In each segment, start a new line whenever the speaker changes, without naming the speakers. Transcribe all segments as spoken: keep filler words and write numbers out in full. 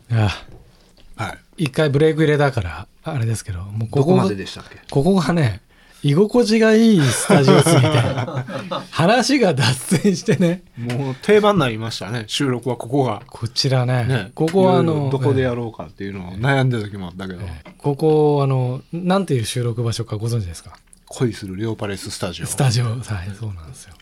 や、
はい、
一回ブレイク入れたからあれですけど、もうここ
どこまででしたっけ。
ここがね居心地がいいスタジオすぎて話が脱線してね、
もう定番になりましたね、収録はここが。
こちら ね,
ね
ここはあの
どこでやろうかっていうのを悩んでる時もあったけど、
えー、ここあのなんていう収録場所かご存知ですか。
恋するレオパレススタジオ。
スタジオ、はい、そうなんですよ。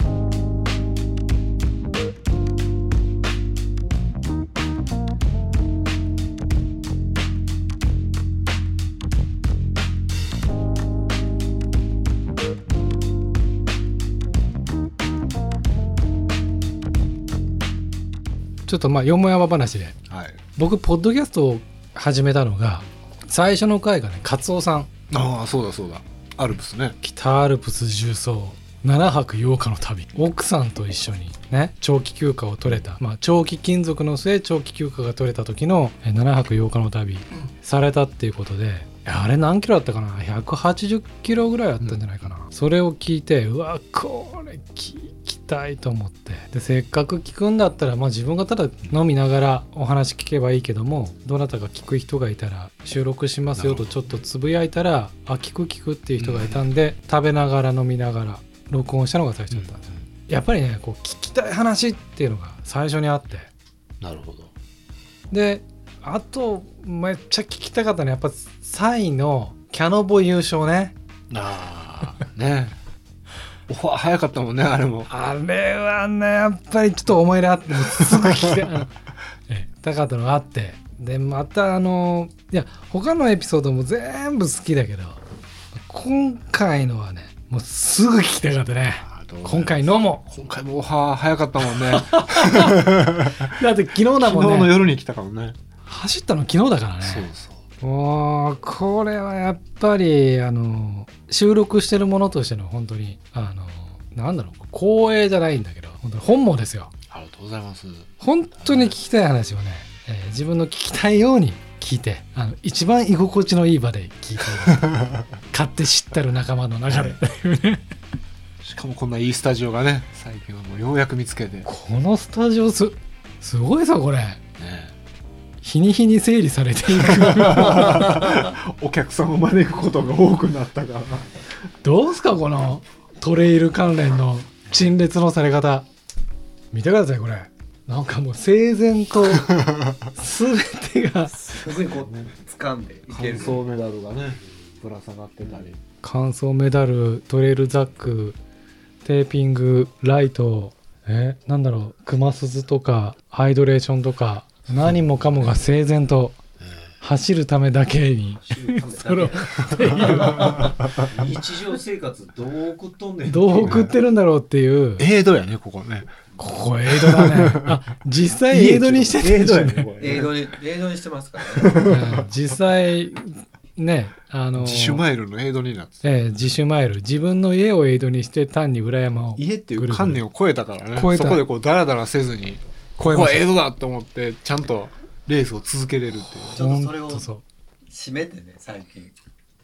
ちょっとまあよもやま話で、はい、僕ポッドキャストを始めたのが最初の回がね、カツオさん。
ああ、そうだそうだ、アルプスね。
北アルプス縦走ななはくようかの旅、奥さんと一緒にね長期休暇を取れた、まあ、長期勤続の末長期休暇が取れた時のななはくようかの旅されたっていうことで、あれ何キロだったかな、ひゃくはちじゅっキロぐらいあったんじゃないかな、うん、それを聞いて、うわこれ聞きたいと思って、でせっかく聞くんだったら、まあ、自分がただ飲みながらお話聞けばいいけども、どなたか聞く人がいたら収録しますよとちょっとつぶやいたら、あ聞く聞くっていう人がいたんで、うん、食べながら飲みながら録音したのが最初だったんですよ、うん、やっぱりねこう聞きたい話っていうのが最初にあって、
なるほど。
であとめっちゃ聞きたかったのはやっぱさんいのキャノボ優勝ね。
ああねお早かったもんね、あれも。
あれはねやっぱりちょっと思い入れあってすぐ聞きたいたかったのがあって、でまたあのいや他のエピソードも全部好きだけど、今回のはねもうすぐ聞きたかったね。今回のも
今回もオファー早かったもんね
だって昨日だもんね。
昨日の夜に来たからね。
走ったの昨日だからね。
そうそう。
おこれはやっぱりあの収録してるものとしての本当にあのなんだろう光栄じゃないんだけど本当に本望ですよ。
ありがとうございます。
本当に聞きたい話をね、えー、自分の聞きたいように聞いて、あの一番居心地のいい場で聞いて買って知ったる仲間の中で
しかもこんないいスタジオがね最近はもうようやく見つけて、
このスタジオ す, すごいさこれ、ね、日に日に整理されていく
お客さんを招くことが多くなったから
どうすかこのトレイル関連の陳列のされ方見てください。これなんかもう整然と全てが
すごいこう掴んでいける。
乾燥メダルがねぶら下がってたり、
乾燥メダル、トレイルザック、テーピング、ライト、えなんだろう熊鈴とかハイドレーションとか何もかもが整然と走るためだけに揃っている
日常生活どう送っとんねん、
どう送ってるんだろうっていう。
エイドやねここね。
ここエイドだね。あ実際エイドにしてて、
エイドやね。エイドにエイドにしてますからね。
実際ねあの
自主マイルのエイドになって、
えー、自主マイル自分の家をエイドにして単に裏山を
家っていう観念を超えたからね。
超えた
そこでこうダラダラせずにここはエイドだと思ってちゃんとレースを続けれるっていう。
ちょっとそれを締めてね最近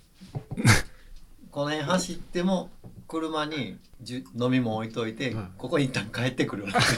この辺走っても車にじゅ飲み物置いといて、うん、ここに一旦帰ってくるなる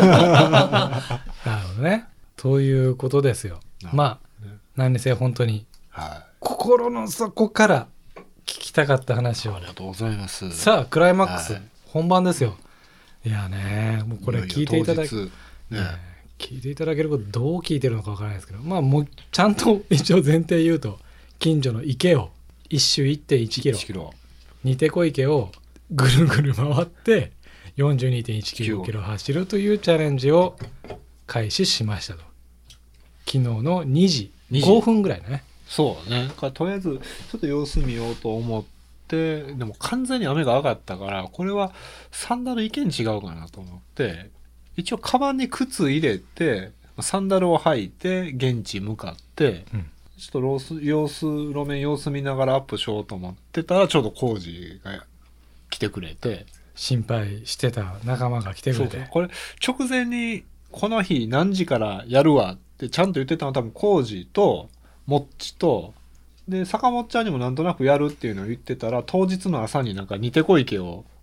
ほどね。ということですよ。まあ、ね、何にせよ本当に、はい、心の底から聞きたかった話を。
ありがとうございます。
さあクライマックス、はい、本番ですよ。いやねもうこれ聞いていただき、ねね、聞いていただけることどう聞いてるのかわからないですけど、まあもうちゃんと一応前提言うと近所の池を一周 いってんいちキロ、キロニテコ池をぐるぐる回って よんじゅうにてんいちきゅうキロ走るというチャレンジを開始しましたと。昨日のにじごふんぐらいね。
そうね。とりあえずちょっと様子見ようと思って、でも完全に雨が上がったからこれはサンダルいけん違うかなと思って一応カバンに靴入れてサンダルを履いて現地向かって、うん、ちょっとロース様子路面様子見ながらアップしようと思ってたらちょうどコージが来てくれて、
心配してた仲間が来てくれて、
そうそうこれ直前にこの日何時からやるわってちゃんと言ってたのは多分コージとモッチとで坂本ちゃんにもなんとなくやるっていうのを言ってたら当日の朝になんかニテコ池を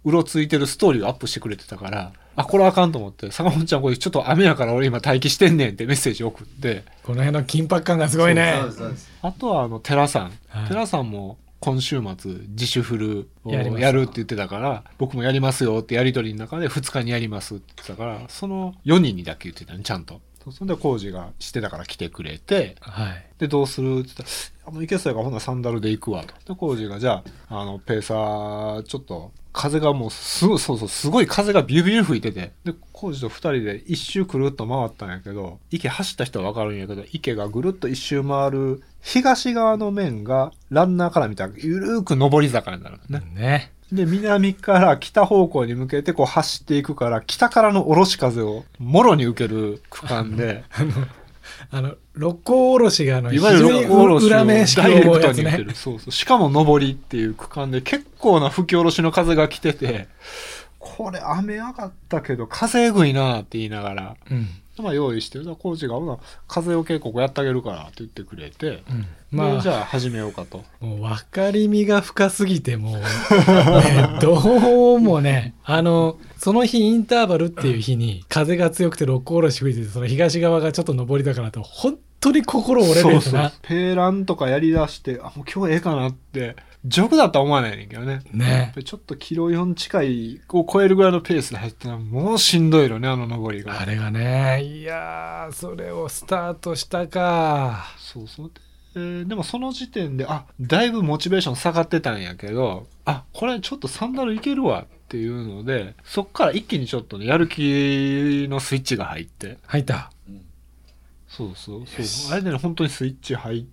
うろついてるストーリーをアップしてくれてたから、あこれあかんと思って、坂本ちゃんこれちょっと雨やから俺今待機してんねんってメッセージ送って、
この辺の緊迫感がすごいね。
そうですそうです。
あとはあの寺さん、
はい、
寺さんも今週末自主フルを
やります
やるって言ってたから、僕もやりますよってやり取りの中でふつかにやりますって言ってたから、そのよにんにだけ言ってたねちゃんと。そんでコージがしてたから来てくれて、
はい、
でどうするって言ったら「あもういけそうやからほんならサンダルで行くわ」と。でコージがじゃああのペーサーちょっと風がもうすごいそうそうすごい風がビュービュー吹いてて、でコージとふたりで一周くるっと回ったんやけど、池走った人は分かるんやけど、池がぐるっと一周回る東側の面がランナーから見たらゆるーく上り坂になるのね。
ね。
で南から北方向に向けてこう走っていくから、北からの下ろし風をもろに受ける区間で
あのあの六甲おろしがあの
いわゆる六甲おろしを
裏面式
ダイレクト
を思うやつね。
に言ってる、そうそう、しかも上りっていう区間で結構な吹き下ろしの風が来てて、これ雨上がったけど風えぐいなって言いながら、
うん、
まあ用意してるコーチが「風よけここやってあげるから」って言ってくれて、
うん、まあ
じゃあ始めようかと。
もう分かりみが深すぎてもう、ね、どうもね、あのその日インターバルっていう日に風が強くて六甲おろし吹いてて、その東側がちょっと上りだからと本当に心折れるやつな。
そうそう、ペーランとかやりだしてあもう今日ええかなってジョグだとは思わないねんけどね。
ね、
やっぱりちょっとキロよん近いを超えるぐらいのペースで入ってたらもうしんどいのね、あの上りが。
あれがね、いやーそれをスタートしたか。
そうそう、えー、でもその時点であだいぶモチベーション下がってたんやけど、あこれちょっとサンダルいけるわっていうので、そっから一気にちょっとねやる気のスイッチが入って
入った、
うん、
そうそうそう、あれでね本当にスイッチ入って、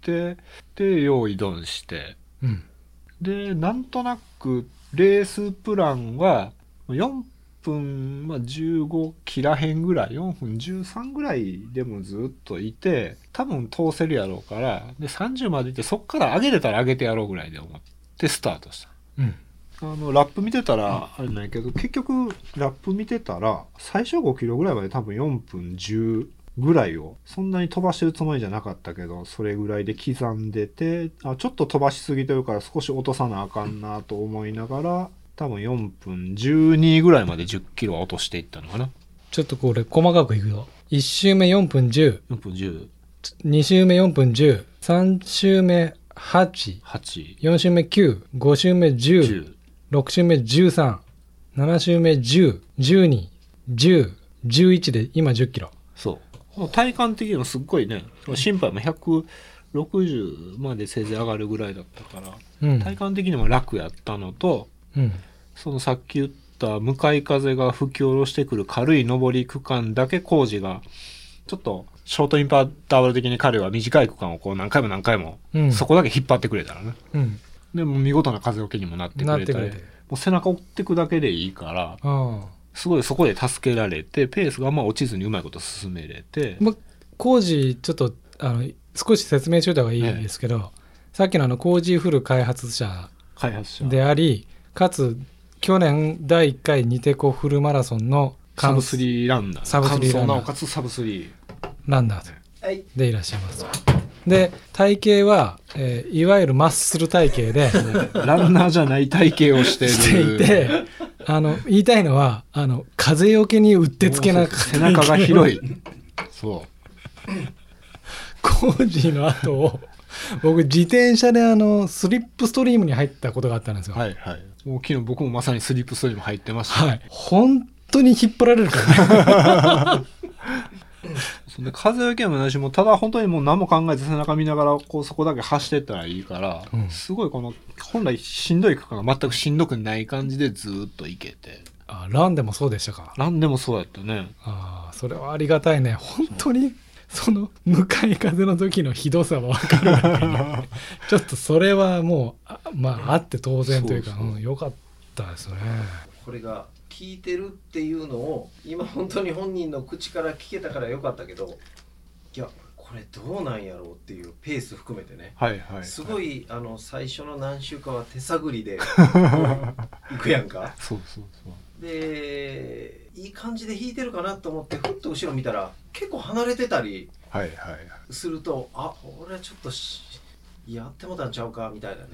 うん、で用意ドンして、
うん、
でなんとなくレースプランはよんぷん、まあ、じゅうご切らへんぐらい、よんぷんじゅうさんぐらいでもずっといて多分通せるやろうから、でさんじゅうまでいってそっから上げれたら上げてやろうぐらいで思ってスタートした、
うん、
あのラップ見てたらあれなんやけど、結局ラップ見てたら最初ごキロぐらいまで多分よんぷんじゅうぐらいをそんなに飛ばしてるつもりじゃなかったけど、それぐらいで刻んでて、あちょっと飛ばしすぎてるから少し落とさなあかんなと思いながら、多分よんぷんじゅうにぐらいまでじゅっキロは落としていったのかな。
ちょっとこれ細かくいくよ。いち周目よんぷんじゅう、
よんぷんじゅう、
に周目よんぷんじゅう、さん周目はち、
はち、
よん周目きゅう、ご周目じゅう、
じゅう、
ろく周目じゅうさん、なな周目じゅう、じゅうに、じゅう、じゅういちで今じゅっキロ。
そう。体感的にはすっごいね、心配もひゃくろくじゅうまでせいぜい上がるぐらいだったから、うん、体感的にも楽やったのと、うん、そのさっき言った向かい風が吹き下ろしてくる軽い上り区間だけ工事がちょっとショートインパーターバル的に彼は短い区間をこう何回も何回もそこだけ引っ張ってくれたらね、うん、でも見事な風よけにもなってくれたり、もう背中追ってくだけでいいから、あすごいそこで助けられて、ペースがあんま落ちずにうまいこと進めれて、
ま、工事ちょっとあの少し説明しといた方がいいですけど、ええ、さっきのあの工事フル開発者であり、かつ去年だいいっかいニテコフルマラソンの
サブスリーランナー、
サブスリーランナー、
なおかつサブスリー
ランナーでいらっしゃいます。で体型は、えー、いわゆるマッスル体型で
ランナーじゃない体型をしている
していて、あの言いたいのはあの風よけにうってつけな
背中が広いそう
工事の後を僕自転車であのスリップストリームに入ったことがあったんですよ。
はいはい。もう昨日僕もまさにスリップストリーム入ってました、ね。
はい。本当に引っ張られるからね。
そんで風よけもないし、もうただ本当にもう何も考えず背中見ながらこうそこだけ走ってったらいいから、うん、すごいこの本来しんどい区間が全くしんどくない感じでずっと行けて。
あ、ランでもそうでしたか。
ランでもそうやったね。
ああ、それはありがたいね。本当にその向かい風の時のひどさは分かるだけにちょっとそれはもうあまああって当然というか、うん、よかったですね。
これが聞いてるっていうのを今本当に本人の口から聞けたからよかったけど、いやこれどうなんやろうっていうペース含めてね、
はいはいはい、
すごいあの最初の何週間は手探りで行くやんか。
そうそうそう
でいい感じで弾いてるかなと思ってふっと後ろ見たら結構離れてたりすると、はいはいはい、あ俺はちょっとやってもたんちゃうかみたいなね。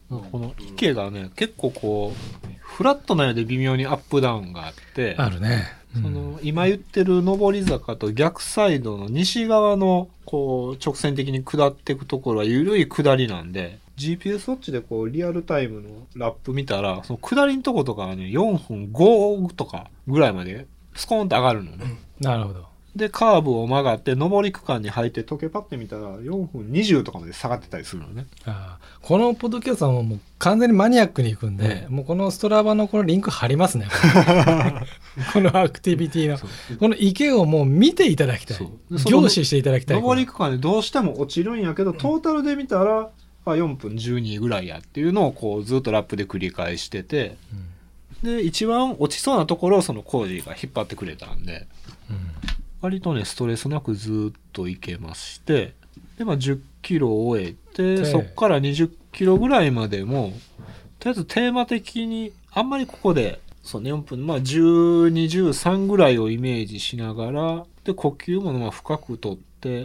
この池がね結構こうフラットなようで微妙にアップダウンがあって
あるね、うん、
その今言ってる上り坂と逆サイドの西側のこう直線的に下っていくところは緩い下りなんで ジーピーエス ウォッチでこうリアルタイムのラップ見たらその下りのとことかはねよんぷんごとかぐらいまでスコーンと上がるのね。
なるほど。
でカーブを曲がって上り区間に入って時計パッて見たらよんぷんにじゅうとかまで下がってたりするのね。
あこのポッドキャストはもう完全にマニアックに行くんで、うん、もうこのストラバのこのリンク貼りますねこのアクティビティのこの池をもう見ていただきたい、凝視していただきたい。
上り区間でどうしても落ちるんやけどトータルで見たら、まあ、よんぷんじゅうにぐらいやっていうのをこうずっとラップで繰り返してて、うん、で一番落ちそうなところをそのコージーが引っ張ってくれたんで、うん、割とねストレスなくずっといけまして、で、まあ、じゅっキロを終えてそっからにじゅっキロぐらいまでもとりあえずテーマ的にあんまりここでそう、ね、よんぷん、まあ、じゅうに、じゅうさんぐらいをイメージしながらで呼吸もまあ深くとって、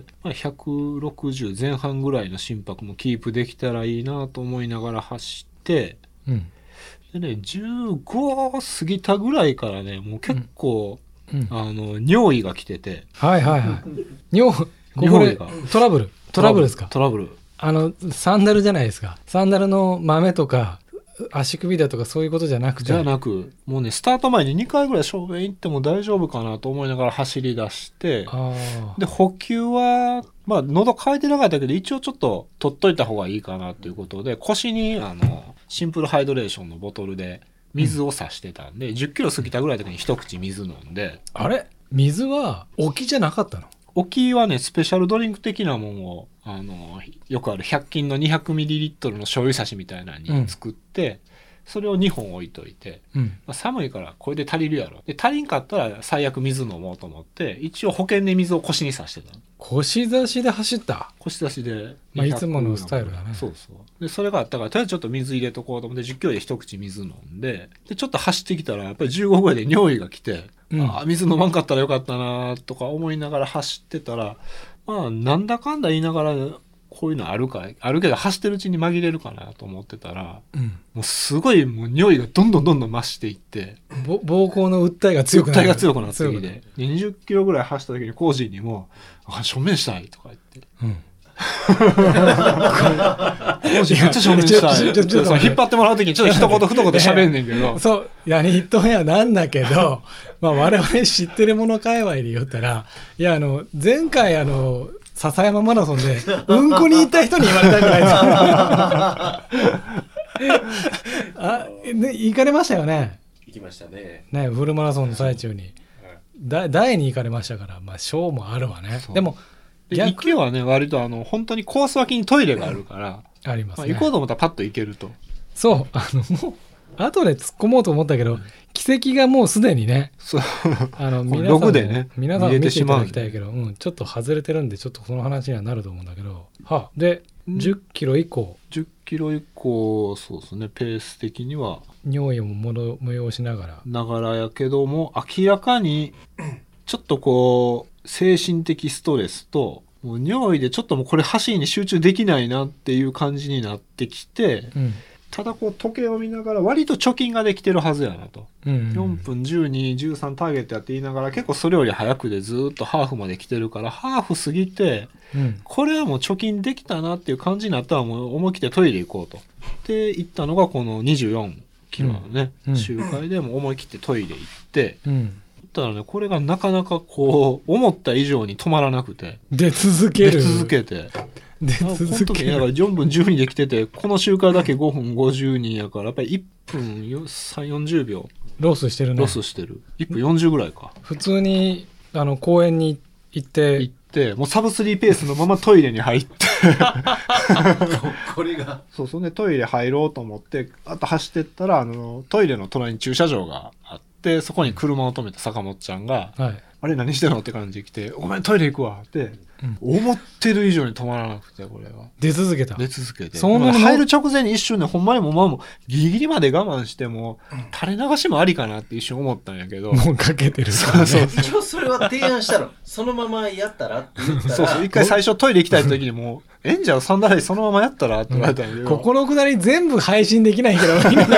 まあ、ひゃくろくじゅう前半ぐらいの心拍もキープできたらいいなと思いながら走って、うん、でねじゅうご過ぎたぐらいからねもう結構、うんうん、あの尿意が来てて、
はいはいはい尿ここでトラブルトラブルですか。
トラブル
あのサンダルじゃないですか。サンダルの豆とか足首だとかそういうことじゃなくて
じゃなくもうねスタート前ににかいぐらい正面行っても大丈夫かなと思いながら走り出してで補給はまあ喉乾いてなかったけど一応ちょっと取っといた方がいいかなということで腰にあのシンプルハイドレーションのボトルで水を差してたんで、うん、じゅっキロ過ぎたぐらいの時に一口水飲んで。
あれ水は沖じゃなかったの？
沖はねスペシャルドリンク的なものをあのよくあるひゃく均の にひゃくミリリットル の醤油差しみたいなのに作って、うん、それをにほん置いといて、うんまあ、寒いからこれで足りるやろで足りんかったら最悪水飲もうと思って一応保険で水を腰に差してた。
腰差しで走った。
腰差しで、
まあ、いつものスタイルだね。
そうそうでそれがあったからとりあえずちょっと水入れとこうと思ってじゅっキロで一口水飲んででちょっと走ってきたらやっぱりじゅうごぐらいで尿意が来て、うん、あ水飲まんかったらよかったなとか思いながら走ってたらまあなんだかんだ言いながらこういうのあるかあるけど走ってるうちに紛れるかなと思ってたら、うん、もうすごいもう匂いがどんどんどんどん増していって
膀胱の訴えが強くなる
訴えが強くなってきてにじゅっキロぐらい走った時にコージーにもあ署名したいとか言って、うんコージーめっちゃ署名したいちょちょちょ引っ張ってもらう時にちょっと一言二言喋んねんけど
そうやにとやなんだけどまあ我々知ってるもの界隈で言ったらいやあの前回あの笹山マラソンでうんこに行った人に言われたぐらいですあ、ね、行かれましたよね。
行きましたね。
ねフルマラソンの最中に、だ大に行かれましたからまあ賞もあるわね。でも
池はね割とあの本当にコース脇にトイレがあるから、
うん、ありますね、
まあ、行こうと思ったらパッと行けると。
そうあのもう後で突っ込もうと思ったけど、うん、奇跡がもうすでにね
そう
あの皆さんもで、ね、皆さん見ていただきたいけど、うん、ちょっと外れてるんでちょっとその話にはなると思うんだけど、はあ、でじゅっキロ以降
じゅっキロ以降そうですねペース的には
尿意も催しながら
ながらやけども明らかにちょっとこう精神的ストレスともう尿意でちょっともうこれ走りに集中できないなっていう感じになってきて、うん、ただこう時計を見ながら割と貯金ができてるはずやなと、うんうん、よんぷんじゅうに、じゅうさんターゲットやって言いながら結構それより早くでずっとハーフまで来てるからハーフ過ぎて、うん、これはもう貯金できたなっていう感じになったらもう思い切ってトイレ行こうとで行ったのがこのにじゅうよんキロのね、うん、周回でも思い切ってトイレ行って、うんただね、これがなかなかこう思った以上に止まらなくて
出続ける
出続けて
出続ける
だからよんぷんじゅうにできててこの周回だけごふんごじゅうにやからやっぱりいっぷんさんじゅう、よんじゅうびょう
ロスしてるね
ロスしてるいっぷんよんじゅうぐらいか
普通にあの公園に行って
行ってもうサブスリーペースのままトイレに入って
これが
そうそんでトイレ入ろうと思ってあと走ってったらあのトイレの隣に駐車場があってでそこに車を止めた坂本ちゃんが、はい、あれ何してんのって感じで来てごめんトイレ行くわって、うん、思ってる以上に止まらなくてこれは
出続けた
出続けてその入る直前に一瞬ねほんまにもうまあもうギリギリまで我慢しても、うん、垂れ流しもありかなって一瞬思ったんやけど
もうかけてるからね
そうそう一応それは提案したのそのままやったらって言ったら
そうそう一回最初トイレ行きたい時にもうえんじゃんサンダル履いてそのままやったらって言われたんだけど、
ここのくだり全部配信できないけど、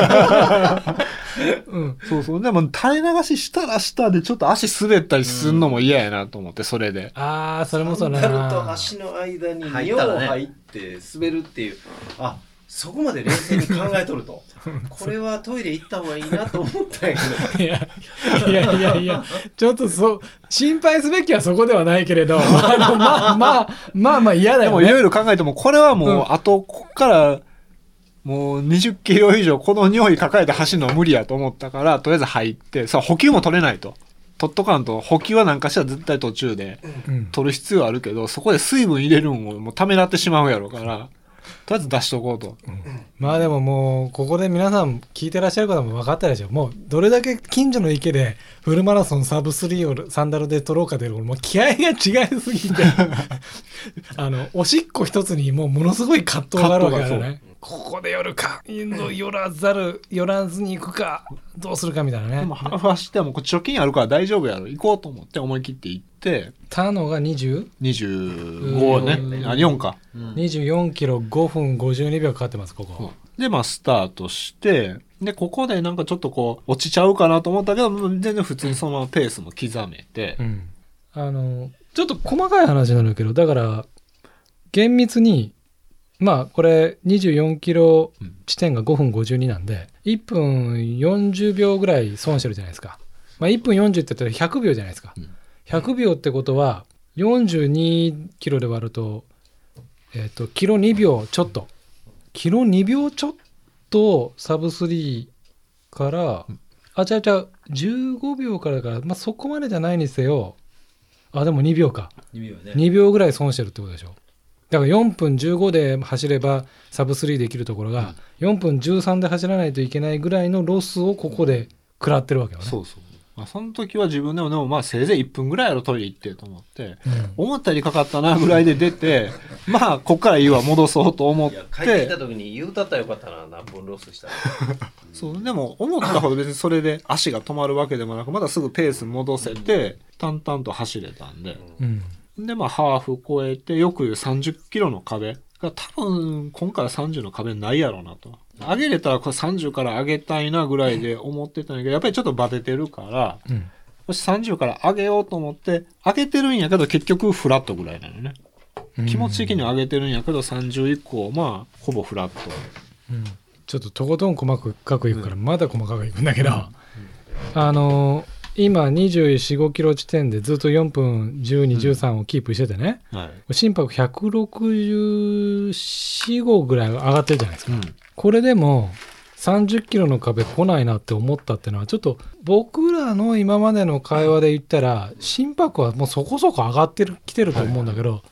うん、
そうそう。でも垂れ流ししたらしたでちょっと足滑ったりするのも嫌やなと思って、それで。
ああ、それもそうだ
サンダルと
な。
足の間に尿入って滑るっていう、あ、そこまで冷静に考えとるとこれはトイレ行った方がいいなと思ったんやけど
いやいやいやいや、ちょっとそう心配すべきはそこではないけれど、あのまあまあまあまあ嫌だよね。
でもいろいろ考えてもこれはもう、うん、あとこっからもうにじゅっキロ以上この尿意抱えて走るのは無理やと思ったから、とりあえず入って、さあ補給も取れないと。取っとかんと、補給は何かしら絶対途中で取る必要あるけど、うん、そこで水分入れるんをもうためらってしまうやろうから、とりあえず出しとこうと、うん、
まあでももうここで皆さん聞いてらっしゃる方も分かったでしょ。もうどれだけ近所の池でフルマラソンサブスリーをサンダルで取ろうかという、もう気合が違いすぎてあのおしっこ一つにもうものすごい葛藤があるわけだよね。ここで寄るか寄らざる寄らずに行くかどうするかみたいなね。
でもハーフ走ってもこっち貯金あるから大丈夫やろ、行こうと思って思い切って行って、
タノが にじゅう?にじ
ゅうご ね、あよんか、
うん、にじゅうよんキロごふんごじゅうにびょうかかってますここ、
うん、でまあスタートして、でここでなんかちょっとこう落ちちゃうかなと思ったけど全然普通にそのままペースも刻めて、
うん、あのちょっと細かい話なんだけど、だから厳密にまあこれにじゅうよんキロ地点がごふんごじゅうになんでいっぷんよんじゅうびょうぐらい損してるじゃないですか。まあいっぷんよんじゅうって言ったらひゃくびょうじゃないですか。ひゃくびょうってことはよんじゅうにキロで割るとえっとキロにびょうちょっとキロにびょうちょっとサブスリーからあちゃうちゃうじゅうごびょうからだから、まあそこまでじゃないにせよ、あでもにびょうか
にびょうね、
にびょうぐらい損してるってことでしょ。だからよんぷんじゅうごで走ればサブスリーできるところが、うん、よんぷんじゅうさんで走らないといけないぐらいのロスをここで食らってるわけよね。
そうそう、まあ、その時は自分でもでもまあせいぜいいっぷんぐらいやろトイレ行ってと思って、うん、思ったよりかかったなぐらいで出てまあこっからいいわ戻そうと思って、
帰ってきた時に言うたったらよかったな、何分ロスしたら
そうでも思ったほど別にそれで足が止まるわけでもなく、まだすぐペース戻せて、うん、淡々と走れたんで、うんでまあハーフ超えてよく言うさんじゅっキロの壁が多分今回はさんじゅうの壁ないやろうなと、上げれたらこれさんじゅうから上げたいなぐらいで思ってたんだけど、やっぱりちょっとバテてるから、うん、もしさんじゅうから上げようと思って上げてるんやけど結局フラットぐらいなのね、うん、気持ち的には上げてるんやけどさんじゅう以降まあほぼフラット、
うん、ちょっととことん細かくいくからまだ細かくいくんだけど、うんうん、あのー今にじゅうよん、ごキロ地点でずっとよんぷんじゅうに、じゅうさんをキープしててね、うんはい、心拍ひゃくろくじゅうよん、ごぐらい上がってるじゃないですか、うん、これでもさんじゅっキロの壁来ないなって思ったっていうのはちょっと僕らの今までの会話で言ったら心拍はもうそこそこ上がってるきてると思うんだけど、はいはい、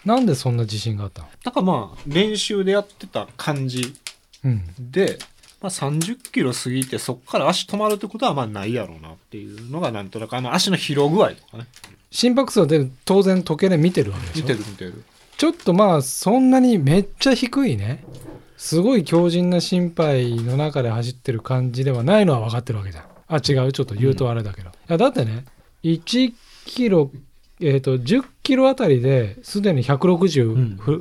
なんでそんな自信があったの？
なんかまあ練習でやってた感じで、うんまあ、さんじゅっキロ過ぎてそこから足止まるってことはまあないやろうなっていうのがなんとなくあの足の疲労具合とかね、
心拍数はで当然時計で見てるわけでしょ。
見てる見てる。
ちょっとまあそんなにめっちゃ低いねすごい強靭な心肺の中で走ってる感じではないのは分かってるわけじゃん。あ違うちょっと言うとあれだけど、うん、いやだってねいちキロえっとじゅっキロあたりですでにひゃくろくじゅう、うん、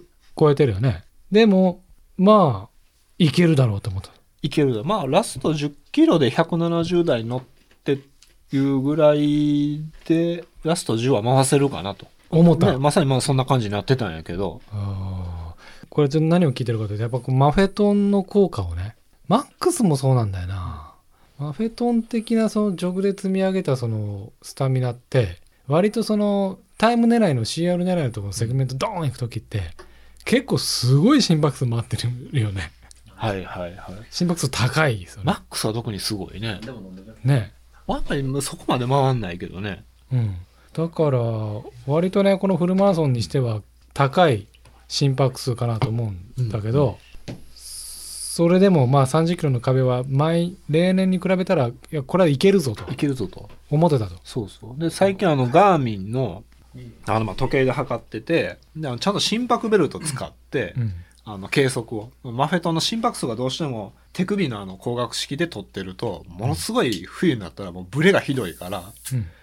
超えてるよね。でもまあいけるだろうと思った。
いけるだまあラストじゅっキロでひゃくななじゅうだい乗っていうぐらいでラストじゅうは回せるかなと
思った、
ね、まさにまあそんな感じになってたんやけど、
あこれちょっと何を聞いてるかというとやっぱこうマフェトンの効果をねマックスもそうなんだよな。マフェトン的なそのジョグで積み上げたそのスタミナって割とそのタイム狙いの シーアール 狙いのところのセグメントドーンいくときって結構すごい心拍数回ってるよね。
はいはいはい。
心拍数高いですよね。
マックスは特にすごいね。
ね。
やっぱりそこまで回んないけどね。
うん。だから割とねこのフルマラソンにしては高い心拍数かなと思うんだけど、うん、それでもまあさんじゅっキロの壁は毎例年に比べたらいやこれはいけるぞと。
いけるぞと
思ってたと。
そうそう。で最近あのガーミンのあのまあ時計で測っててでちゃんと心拍ベルト使って。うんあの計測をマフェトンの心拍数がどうしても手首のあの光学式で取ってるとものすごい冬になったらもうブレがひどいから、うん、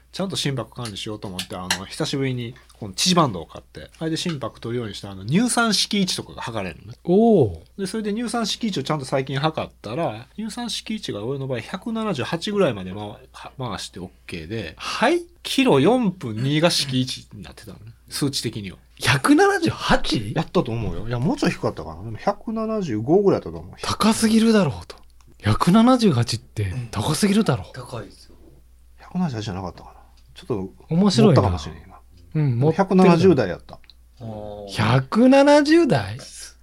ちゃんと心拍管理しようと思ってあの久しぶりにこの縮バンドを買ってあれで心拍取るようにしたあの乳酸式位置とかが測れるのね。
おお。
でそれで乳酸式位置をちゃんと最近測ったら乳酸式位置が俺の場合ひゃくななじゅうはちぐらいまで回回して OK で、
はい
キロよんぷんにが式位置になってたのね、数値的には。
ひゃくななじゅうはち?
やったと思うよ。いやもうちょい低かったかな。でもひゃくななじゅうごぐらいだったと思う。
高すぎるだろうと。ひゃくななじゅうはちって高すぎるだろう。
高いですよ。
ひゃくななじゅうはちじゃなかったかな。ちょっと
面白いな。
持ったかもしれない今。
うん、持ってる
ひゃくななじゅう代やった。
ひゃくななじゅう代？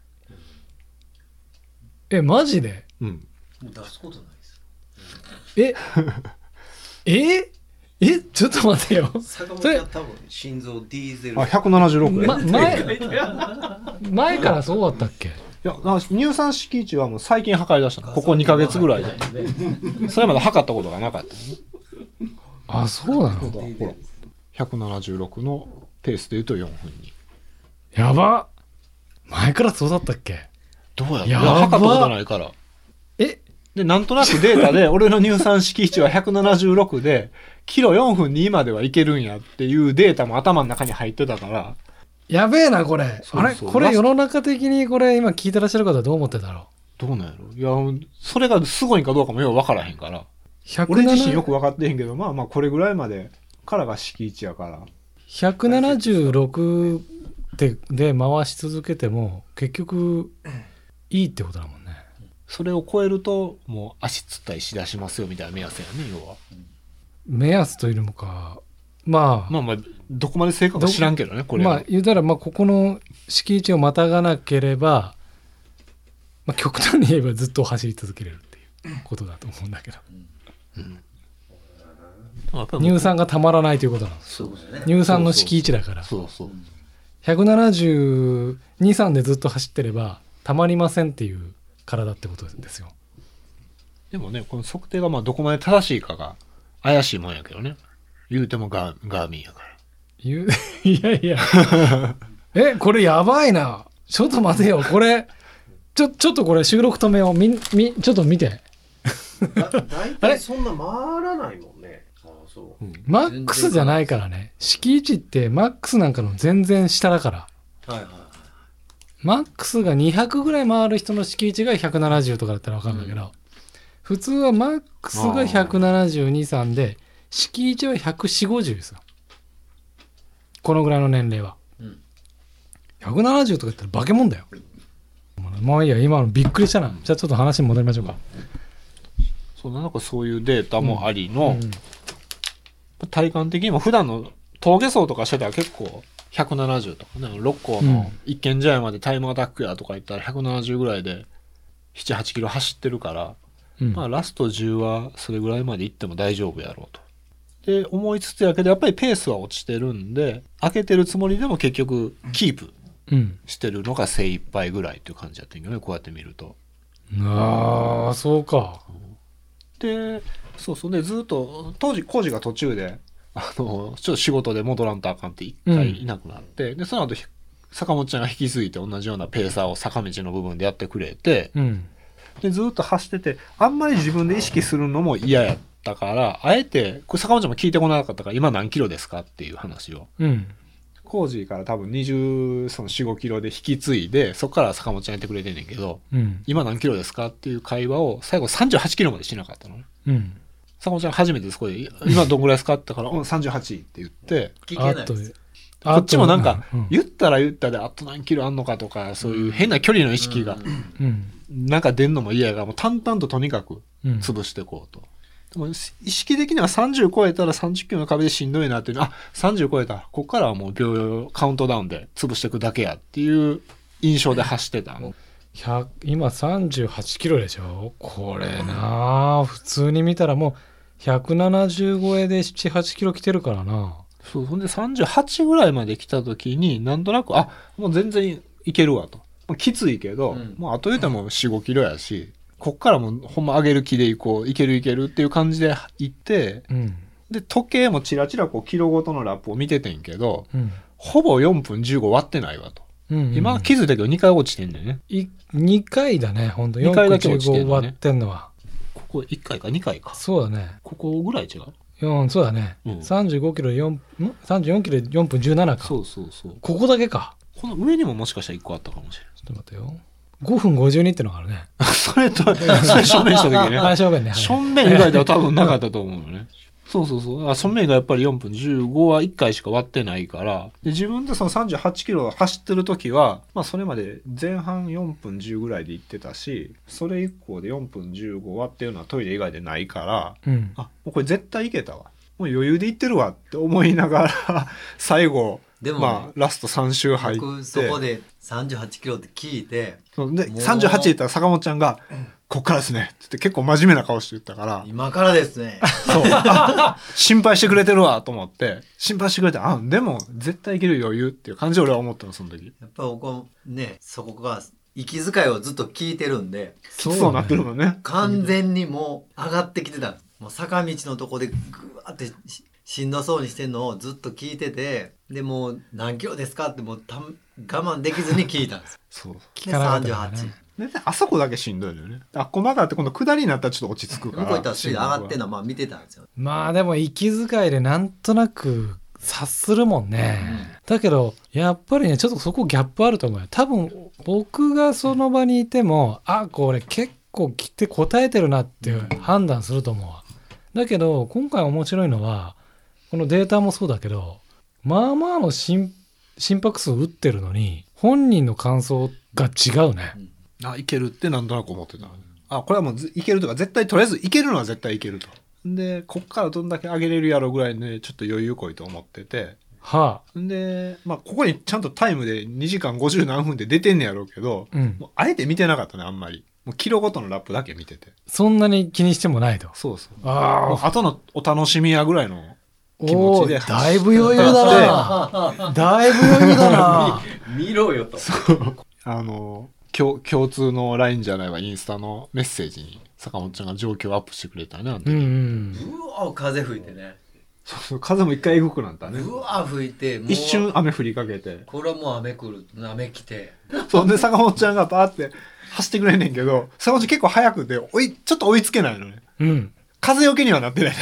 え、マジで？
うん。
もう出すことないですよ。
えええちょっと待てよ。
坂本は多分心臓ディーゼル。
あ、ひゃくななじゅうろく。
ま、前前からそうだったっけ？
いや、乳酸式位置はもう最近測り出したの。ここにかげつぐらいで。それまで測ったことがなかった、ね。
あ、そうなの？
ほら。ひゃくななじゅうろくのペースで言うとよんぷんに。
やば。前からそうだったっけ？
どうやろう？
やば。
測ったことないから。
え？
で、なんとなくデータで俺の乳酸式位置はひゃくななじゅうろくで、キロよんぷんにまではいけるんやっていうデータも頭の中に入ってたから。
やべえな、これ。
そうそう
あれこれ世の中的にこれ今聞いてらっしゃる方はどう思ってたろ
う？どうなんやろ？いや、それがすごいかどうかもよくわからへんから。
ひゃくなな
俺自身よく分かってへんけど、まあまあこれぐらいまでからが式位置やから。
ひゃくななじゅうろくでで回し続けても結局いいってことだもんね。
それを超えるともう足つったりしだしますよみたいな目安やね、要は。
目安というのか、まあ
まあまあどこまで正確か知らんけどね、これは。
まあ言うたらまあここの敷地をまたがなければ、まあ、極端に言えばずっと走り続けれるっていうことだと思うんだけど、うん、乳酸がたまらないということなんです。
そうですね。
乳酸の敷地だから。
そうそう。
ひゃくななじゅうに、さんでずっと走ってればたまりませんっていう体ってことですよ。
でもね、この測定がまあどこまで正しいかが怪しいもんやけどね。言うてもガー、ガーミンやから。
言ういやいやえ、これやばいな。ちょっと待てよ。これちょ、ちょっとこれ収録止めよう。み、み、ちょっと見て。
だ大体そんな回らないもんね。ああ、そう。
うん、
マックスじゃないからね。敷地ってマックスなんかの全然下だから。
はいはいはい。
マックスがにひゃくぐらい回る人の敷地がひゃくななじゅうとかだったら分かるんだけど、うん、普通はマックスがひゃくななじゅうに、さんで敷地はひゃくよんじゅう、ごじゅうですよ。このぐらいの年齢は、うん、ひゃくななじゅうとか言ったら化け物だよ。まあいいや、今のびっくりしたな。じゃあちょっと話に戻りましょうか。
そうなんかそういうデータもありの、うんうん、体感的にも普段の峠走とかしてたら結構ひゃくななじゅうとかね、六甲の一軒茶屋までタイムアタックやとか言ったらひゃくななじゅうぐらいでなな、はちキロ走ってるから、うん、まあラストじゅうはそれぐらいまで行っても大丈夫やろうと。で思いつつやけどやっぱりペースは落ちてるんで、開けてるつもりでも結局キープしてるのが精一杯ぐらいっていう感じだったんけどね、こうやって見ると。
ああ、そうか。
で、そうそうでずっと当時工事が途中であのちょっと仕事で戻らんとあかんって一回いなくなって、うん、でその後坂本ちゃんが引き継いで同じようなペーサーを坂道の部分でやってくれて、うん、でずっと走っててあんまり自分で意識するのも嫌やったから、あえてこれ坂本ちゃんも聞いてこなかったから今何キロですかっていう話を、うん、工事から多分にじゅうよん、ごキロで引き継いでそこから坂本ちゃんやってくれてんねんけど、うん、今何キロですかっていう会話を最後さんじゅうはちキロまでしなかったのね、うん、坂本ちゃん初めてそこで今どんぐらいですかって言ったから、うん、さんじゅうはちって言って
聞けないです。
こっちもなんか言ったら言ったであと何キロあんのかとかそういう変な距離の意識がなんか出んのも嫌やから、もう淡々ととにかく潰していこうと、でも意識的にはさんじゅう超えたらさんじゅっキロの壁でしんどいなっていうのは、あさんじゅう超えたこっからはもう秒々カウントダウンで潰していくだけやっていう印象で走ってた。
今さんじゅうはちキロでしょ。これな普通に見たらもうひゃくななじゅう超えでなな、はちキロ来てるからな。
そう、ほんでさんじゅうはちぐらいまで来た時になんとなくあもう全然いけるわと、きついけど、うん、もうあと言うてもよん、ごキロやしこっからもうほんま上げる気でいこう、いけるいけるっていう感じで行って、うん、で時計もチラチラこうキロごとのラップを見ててんけど、うん、ほぼよんぷんじゅうご割ってないわと、うんうんうん、今気づいたけどにかい落ちてんだよね。
いにかいだね、ほんとよんぷんじゅうご割ってんのは。
ここいっかいかにかいか。
そうだね。
ここぐらい違う。
よんそうだね、
うん、
さんじゅうごキロよんんさんじゅうよんキロよんぷんじゅうななか。
そうそうそう。
ここだけか。
この上にももしかしたらいっこあったかもしれない。
ちょっと待ってよ。ごふんごじゅうにってのがあるね。
それとそれ正面した時ね。
あ、正面ね。
正面以外では多分なかったと思うよね。そうそうそう。あ、正面がやっぱりよんぷんじゅうごはいっかいしか割ってないから。で、自分でそのさんじゅうはちキロ走ってる時は、まあそれまで前半よんぷんじゅうぐらいで行ってたし、それ以降でよんぷんじゅうご割っていうのはトイレ以外でないから、
うん、
あ、もうこれ絶対いけたわ。もう余裕で行ってるわって思いながら、最後、
でも、ね、
まあラストさん周入って。
僕そこでさんじゅうはちキロって聞いて。
そうで、さんじゅうはちで言ったら坂本ちゃんが、こっからですねって結構真面目な顔して言ったから、
今からですね。
そう。心配してくれてるわと思って、心配してくれて、あ、でも絶対いける余裕っていう感じで俺は思ったの、その時。
やっぱ僕はね、そこが息遣いをずっと聞いてるんで、
そう、そうなってるもんね。
完全にもう上がってきてたんです。もう坂道のとこでぐわってし、しんどそうにしてんのをずっと聞いてて、でもう何キロですかってもうた我慢できずに聞いたんです。
そう。
でさんじゅうはち。
であそこだけしんどいのよね。あっこ曲がって今度下りになったらちょっと落ち着くから。
向こう行ったらスピード上がってんのはまあ見てたんですよ。
まあでも息遣いでなんとなく察するもんね、うん、だけどやっぱりねちょっとそこギャップあると思うよ。多分僕がその場にいても、うん、あこれ結構来て答えてるなって判断すると思うわ。だけど今回面白いのはこのデータもそうだけどまあまあの心拍数打ってるのに本人の感想が違うね、うん
あ、いけるってなんとなく思ってた。あ、これはもういけるとか、絶対とりあえずいけるのは絶対いけると。で、こっからどんだけ上げれるやろぐらいね、ちょっと余裕こいと思ってて。
はあ。
で、まあ、ここにちゃんとタイムでにじかんごじゅう何分で出てんねやろうけど、うん、もうあえて見てなかったね、あんまり。もうキロごとのラップだけ見てて。
そんなに気にしてもないと。
そうそう。
あ
あ。後のお楽しみやぐらいの気持ちで走って。
だいぶ余裕だな。だいぶ余裕だな。
見ろよと。
そう。あの、共, 共通の ライン じゃないわインスタのメッセージに坂本ちゃんが状況をアップしてくれたね。あの時、うんうん、
うわ風吹いてね。
そうそう風も一回動くなんだね。
うわ吹いて
一瞬雨降りかけて
これはもう雨来る雨来て
そうで坂本ちゃんがバーって走ってくれんねんけど坂本ちゃん結構速くて追いちょっと追いつけないのね、うん、風よけにはなってない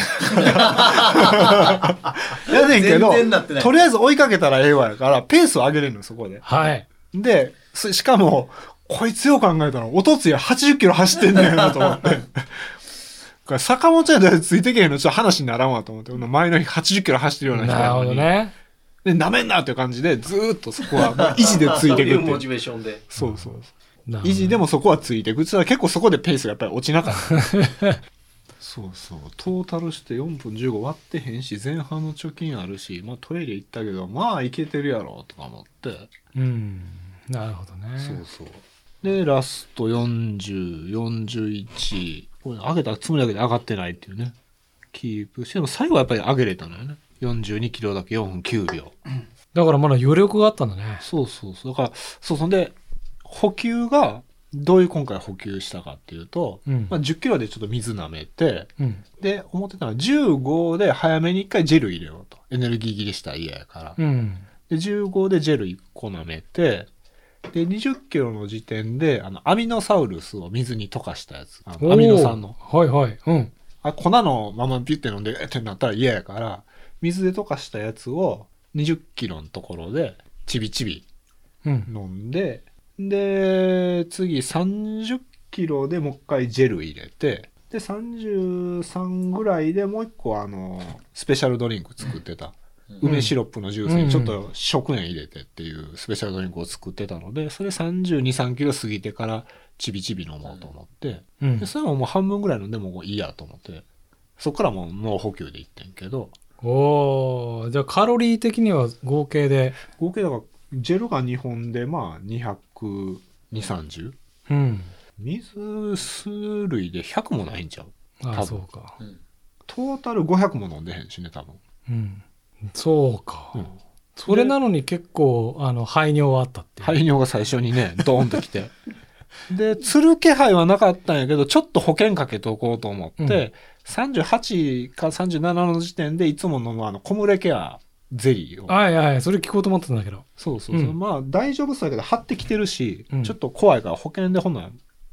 やねんけどとりあえず追いかけたらええわやからペースを上げれるのそこで。
はい
でしかもこいつよう考えたらおとついはちじゅっキロ走ってんねんなと思ってこれ坂本ちゃんでついてけへんのちょっと話にならんわと思って前の日はちじゅっキロ走ってるような人
なるほどね。
でなめんなっていう感じでずーっとそこは維持でついてくっていう
モチベーションで
そうそう維持でもそこはついてくって結構そこでペースがやっぱり落ちなかったそうそうトータルしてよんぷんじゅうご割ってへんし前半の貯金あるし、まあ、トイレ行ったけどまあいけてるやろとか思って
うんなるほどね。
そうそうでラストよんじゅう、よんじゅういちこれ上げたつもりだけで上がってないっていうねキープしても最後はやっぱり上げれたのよね。よんじゅうにキロだけよんぷんきゅうびょう
だからまだ余力があったんだね。
そうそうそうだからそうそんで補給がどういう今回補給したかっていうと、うんまあ、じゅっキロでちょっと水舐めて、うん、で思ってたのはじゅうごで早めにいっかいジェル入れようとエネルギー切れしたら嫌やから、うん、でじゅうごでジェルいっこ舐めてでにじゅっキロの時点であのアミノサウルスを水に溶かしたやつあのアミノ酸の
はいはいうん
あ粉のままピュッて飲んでえってなったら嫌やから水で溶かしたやつをにじゅっキロのところでちびちび飲んで、うん、で次さんじゅっキロでもう一回ジェル入れてでさんじゅうさんぐらいでもう一個あのスペシャルドリンク作ってた、うん梅シロップのジュースにちょっと食塩入れてっていうスペシャルドリンクを作ってたのでそれさんじゅうに、さんキロ過ぎてからちびちび飲もうと思って、うん、でそれももう半分ぐらい飲んでもいいやと思ってそっからもう脳補給でいってんけど
おーじゃあカロリー的には合計で
合計だからジェルがにほんでまあにひゃくにじゅう、さんじゅう、うん、水数類でひゃくもないんちゃう
ああそうか、
うん、トータルごひゃくも飲んでへんしね多分
うんそうか、うん、それなのに結構あの排尿はあったって
排尿が最初にねドーンときてで釣る気配はなかったんやけどちょっと保険かけておこうと思って、うん、さんじゅうはちかさんじゅうななの時点でいつも飲むあのコムレケアゼリーを
はいはいそれ聞こうと思ってたんだけど
そうそうそう、うん、まあ大丈夫そうだけど張ってきてるし、うん、ちょっと怖いから保険でほんなら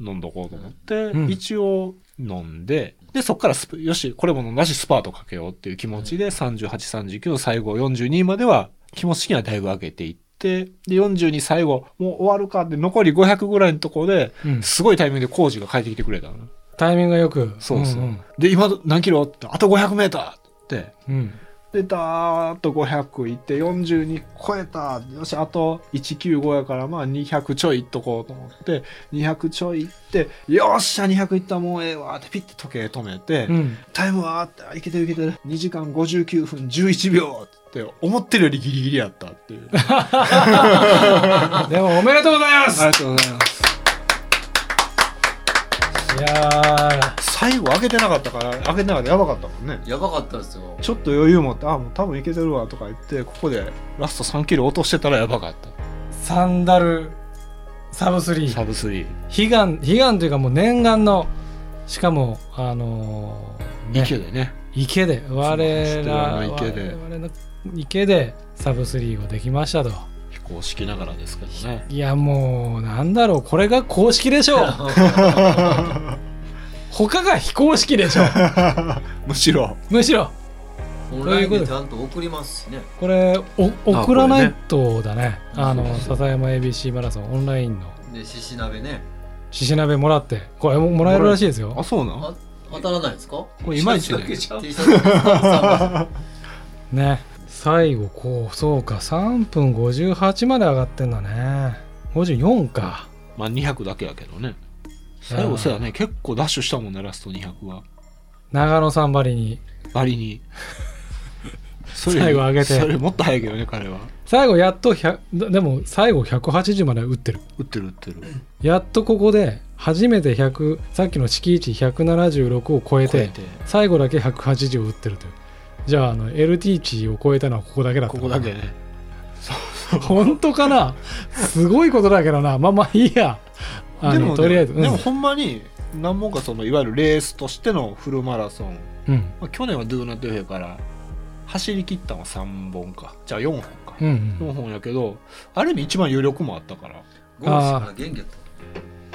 飲んどこうと思って、
うん、
一応飲んで、でそっからスプよしこれも飲んだしスパートかけようっていう気持ちで、さんじゅうはち、さんじゅうきゅうの最後よんじゅうにまでは気持ち的にはだいぶ上げていって、でよんじゅうに最後もう終わるかって残りごひゃくぐらいのところで、うん、すごいタイミングでコージが帰ってきてくれたの。
タイミングがよく。
そうそう、うんうん、で今何キロってあとごひゃくメーターって、うん、でダーッとごひゃくいってよんじゅうに超えた、よしあといちきゅうごやからまあにひゃくちょいいっとこうと思ってにひゃくちょいいって、よっしゃにひゃくいったもうええわってピッて時計止めて、うん、タイムはっていけてるいけてるにじかんごじゅうきゅうふんじゅういちびょうって思ってるよりギリギリやったっていう
でもおめでとうございます。
ありがとうございます。
いや
最後上げてなかったから上げてなかったらやばかったもんね。
やばかったですよ。
ちょっと余裕持ってあもう多分いけてるわとか言ってここでラストさんキロ落としてたらやばかった。
サンダルサブスリー
サブスリー
悲願悲願というかもう念願の、しかもあの
ーね、池でね
池で我ら
池で
我々の池でサブスリーができましたと。
公式ながらですけどね。
いやもうなんだろうこれが公式でしょう他が非公式でしょ
むしろ
むしろ
オンラインでちゃんと送りますしね。
これお送らないとだね。あの笹山 エービーシー マラソンオンラインの
でしし鍋ね
しし鍋もらってこれももらえるらしいですよ。
あそうなんあ
当たらないですか
これいまいちね
ね最後こうそうかさんぷんごじゅうはちまで上がってんだね。ごじゅうよんか。
まあにひゃくだけやけどね。最後そうやね結構ダッシュしたもんねラストにひゃくは。
長野さんばりに
ばりに
最後上げて
それもっと早いけどね彼は。
最後やっとひゃくでも最後ひゃくはちじゅうまで打ってる
打ってる打ってる。
やっとここで初めてひゃくさっきの敷地ひゃくななじゅうろくを超えて、超えて最後だけひゃくはちじゅうを打ってるという。じゃあ、あの エルティー 値を超えたのはここだけだった。
ここだけね。
そうそう本当かなすごいことだけどな。まあまあいいや。あの
でも、ね、
とりあえず、うん、
でもほんまに何本かそのいわゆるレースとしてのフルマラソン、うんまあ、去年はドゥーナトゥフェから走り切ったのはさんぼんかじゃあよんほんか、うんうん、よんほんやけどある意味一番余力もあったから
ゴールしたら元気やった。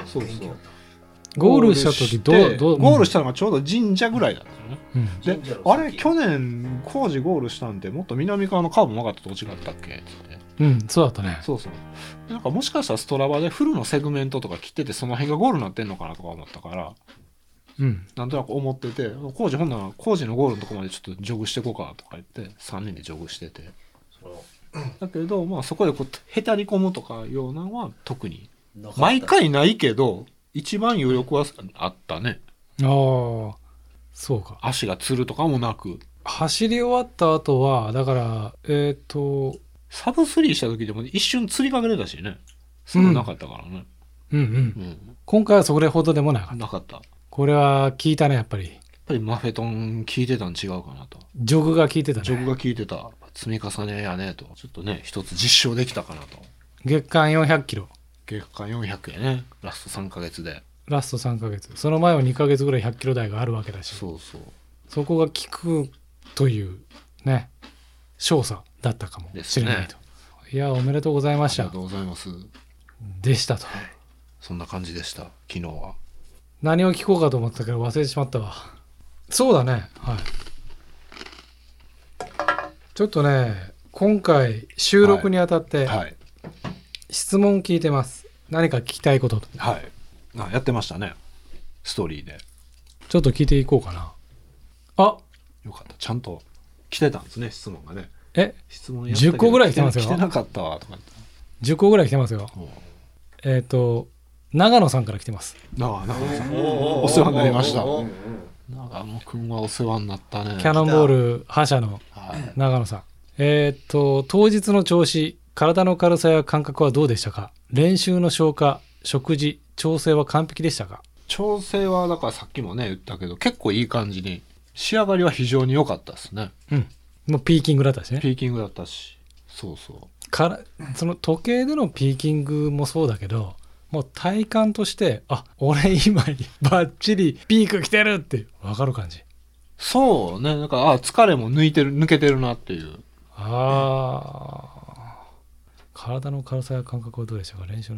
そうそう
ゴールした時どうどう
ゴールしたのがちょうど神社ぐらいだったのね、うん、であれ去年工事ゴールしたんでもっと南側のカーブ曲がったとこ違ったっけって
うんそうだったね。
そうそうなんかもしかしたらストラバでフルのセグメントとか切っててその辺がゴールになってんのかなとか思ったから、うん、なんとなく思ってて工事ほんなら工事のゴールのとこまでちょっとジョグしてこうかとか言ってさんにんでジョグしててだけどまあそこでこうへたり込むとかようなのは特に毎回ないけど一番余力はあったね。
ああそうか。
足がつるとかもなく
走り終わった後はだからえっ、ー、と
サブスリーした時でも一瞬釣りかけれたしねそんななかったからね、
うん、うんうん、うん、今回はそれほどでもなかった。
なかった。
これは効いたねやっぱり。やっ
ぱりマフェトン効いてたん違うかなと。
ジョグが効いてたね。
ジョグが効いてた。積み重ねやねとちょっとね一つ実証できたかなと。
月間よんひゃくキロ
月間よんひゃくやねラストさんかげつで。
ラストさんかげつその前はにかげつぐらいひゃっキロ台があるわけだし
そうそう
そこが効くというね勝査だったかもしれないと、ね、いやおめでとうございました。
ありがとうございます
でしたと、
はい、そんな感じでした昨日は。
何を聞こうかと思ったけど忘れてしまったわ。そうだねはいちょっとね今回収録にあたって質問聞いてます、はいはい、何か聞きたいことと。
はいあやってましたねストーリーで。
ちょっと聞いていこうかな。あ
よかったちゃんと来てたんですね質問がね。
え
質問
やったけどじゅっこぐらい来てますよ。
来てなかったわとか言って
じゅっこぐらい来てますよ。えっ、ー、と長野さんから来てます。
長野さんお世話になりました。長野くんはお世話になったね。
キャノンボール覇者の長野さん、はい、えっ、ー、と当日の調子体の軽さや感覚はどうでしたか。練習の消化食事調整は完璧でしたか。
調整はだからさっきもね言ったけど結構いい感じに仕上がりは非常に良かったですね。
うんもうピーキングだったしね。
ピーキングだったしそうそう
からその時計でのピーキングもそうだけどもう体感としてあ俺今バッチリピーク来てるって分かる感じ。
そうねなんかあ疲れも抜いてる抜けてるなっていう。
あ体の軽さや感覚はどうでしたか練習の。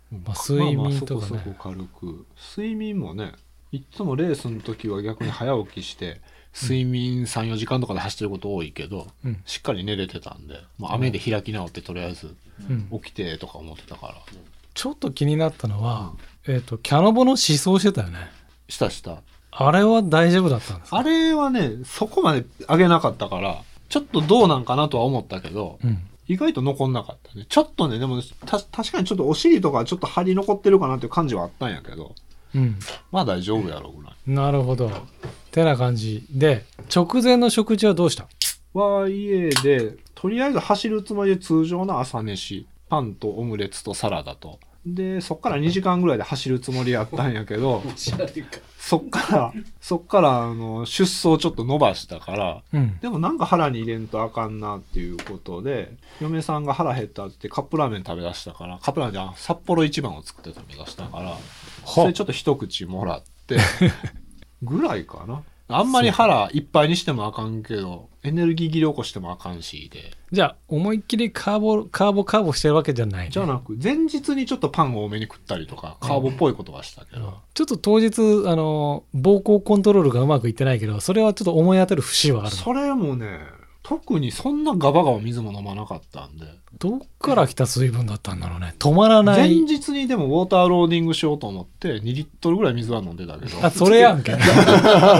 まあ、睡眠とかね、
まあまあそこそこ軽く睡眠もねいつもレースの時は逆に早起きして睡眠 さん,よ 時間とかで走ってること多いけど、うん、しっかり寝れてたんで、まあ、雨で開き直ってとりあえず起きてとか思ってたから、うん、
ちょっと気になったのは、うん、えーと、キャノボの思想してたよね。
したした
あれは大丈夫だったんですか？
あれはねそこまで上げなかったからちょっとどうなんかなとは思ったけど、うん、意外と残んなかったね。ちょっとねでもた確かにちょっとお尻とかちょっと張り残ってるかなっていう感じはあったんやけど、うん、まあ大丈夫やろうぐらい。
なるほどてな感じで、直前の食事はどうした？
は家でとりあえず走るつもりで通常の朝飯パンとオムレツとサラダとでそっからにじかんぐらいで走るつもりやったんやけどそっからそっからあの出走ちょっと伸ばしたから、うん、でもなんか腹に入れんとあかんなっていうことで嫁さんが腹減ったってカップラーメン食べ出したから、カップラーメンじゃん札幌一番を作って食べ出したからそれちょっと一口もらってぐらいかな。あんまり腹いっぱいにしてもあかんけどエネルギー切れ起こしてもあかんしで、
じゃあ思いっきりカーボカーボカーボしてるわけじゃない、ね、
じゃなく前日にちょっとパンを多めに食ったりとかカーボっぽいことはしたけど、うん、
ちょっと当日あの膀胱コントロールがうまくいってないけどそれはちょっと思い当たる節はあるの？
それもね特にそんなガバガバ水も飲まなかったんで、
どっから来た水分だったんだろうね。止まらない。
前日にでもウォーターローディングしようと思ってにリットルぐらい水は飲んでたけど、
あそれやんけ思い当た